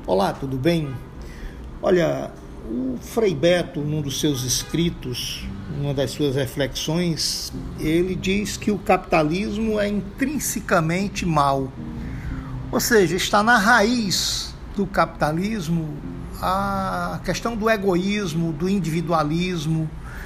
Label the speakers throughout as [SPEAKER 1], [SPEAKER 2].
[SPEAKER 1] Olá, tudo bem? Olha, o Frei Beto, num dos seus escritos, uma das suas reflexões, ele diz que o capitalismo é intrinsecamente mau. Ou seja, está na raiz do capitalismo a questão do egoísmo, do individualismo,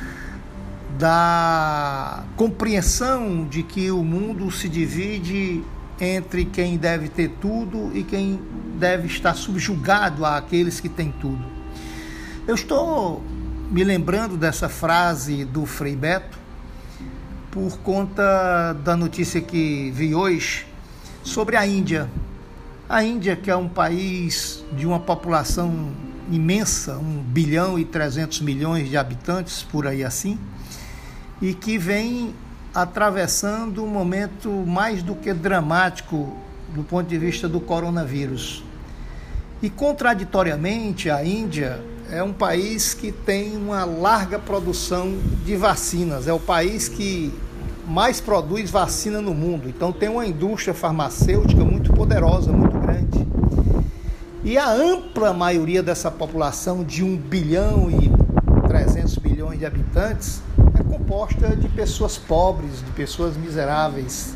[SPEAKER 1] da compreensão de que o mundo se divide entre quem deve ter tudo e quem deve estar subjugado àqueles que têm tudo. Eu estou me lembrando dessa frase do Frei Beto por conta da notícia que vi hoje sobre a Índia. A Índia, que é um país de uma população imensa, 1 bilhão e 300 milhões de habitantes, por aí assim, e que vem atravessando um momento mais do que dramático do ponto de vista do coronavírus. E, contraditoriamente, a Índia é um país que tem uma larga produção de vacinas. É o país que mais produz vacina no mundo. Então, tem uma indústria farmacêutica muito poderosa, muito grande. E a ampla maioria dessa população de 1 bilhão e 300 milhões de habitantes é composta de pessoas pobres, de pessoas miseráveis.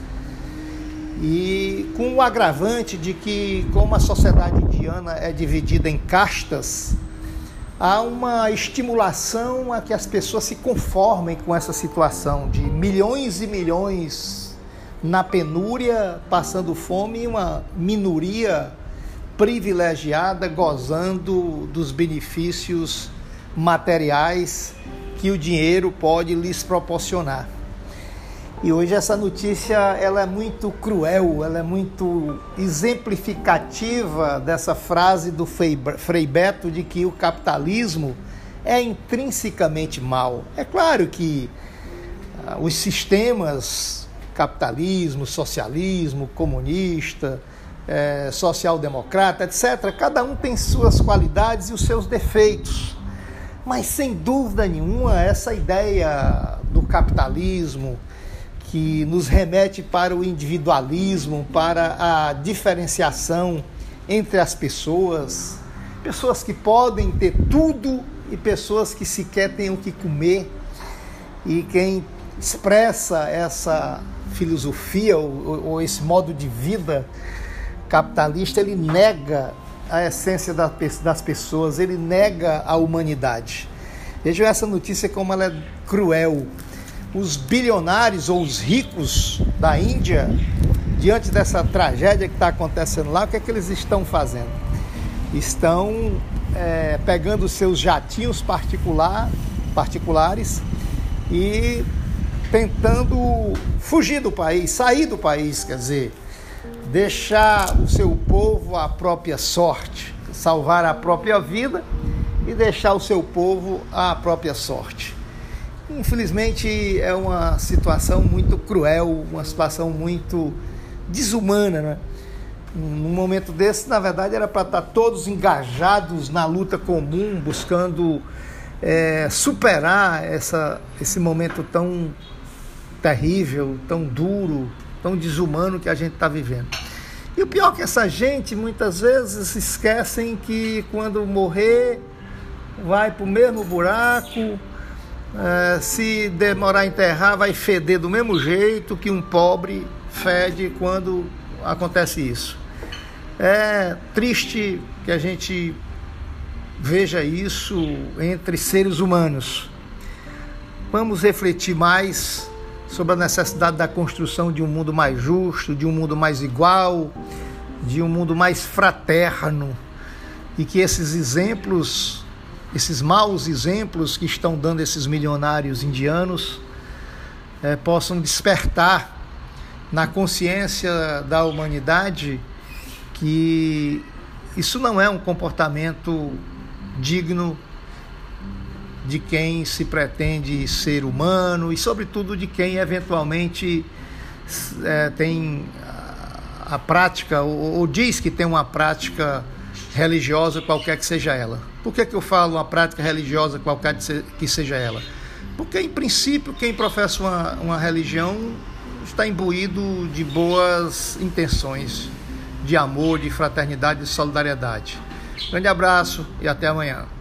[SPEAKER 1] E com o agravante de que, como a sociedade indiana é dividida em castas, há uma estimulação a que as pessoas se conformem com essa situação de milhões e milhões na penúria, passando fome, e uma minoria privilegiada gozando dos benefícios materiais que o dinheiro pode lhes proporcionar. E hoje essa notícia ela é muito cruel, ela é muito exemplificativa dessa frase do Frei Beto de que o capitalismo é intrinsecamente mau. É claro que os sistemas capitalismo, socialismo, comunista, social-democrata, etc., cada um tem suas qualidades e os seus defeitos. Mas, sem dúvida nenhuma, essa ideia do capitalismo que nos remete para o individualismo, para a diferenciação entre as pessoas, pessoas que podem ter tudo e pessoas que sequer têm o que comer, e quem expressa essa filosofia ou esse modo de vida capitalista, ele nega a essência das pessoas, ele nega a humanidade. Vejam essa notícia como ela é cruel. Os bilionários ou os ricos da Índia, diante dessa tragédia que está acontecendo lá, o que é que eles estão fazendo? Estão pegando os seus jatinhos particulares e tentando fugir do país, sair do país, quer dizer, deixar o seu povo à própria sorte, salvar a própria vida e deixar o seu povo à própria sorte. Infelizmente é uma situação muito cruel, uma situação muito desumana, né? Num momento desse, na verdade, era para estar todos engajados na luta comum, buscando superar esse momento tão terrível, tão duro, tão desumano que a gente está vivendo. E o pior é que essa gente, muitas vezes, esquecem que quando morrer, vai para o mesmo buraco. Se demorar a enterrar, vai feder do mesmo jeito que um pobre fede quando acontece isso. É triste que a gente veja isso entre seres humanos. Vamos refletir mais sobre a necessidade da construção de um mundo mais justo, de um mundo mais igual, de um mundo mais fraterno, e que esses exemplos, esses maus exemplos que estão dando esses milionários indianos possam despertar na consciência da humanidade que isso não é um comportamento digno de quem se pretende ser humano e, sobretudo, de quem eventualmente tem a prática ou diz que tem uma prática religiosa, qualquer que seja ela. Por que eu falo uma prática religiosa, qualquer que seja ela? Porque, em princípio, quem professa uma religião está imbuído de boas intenções, de amor, de fraternidade, de solidariedade. Grande abraço e até amanhã.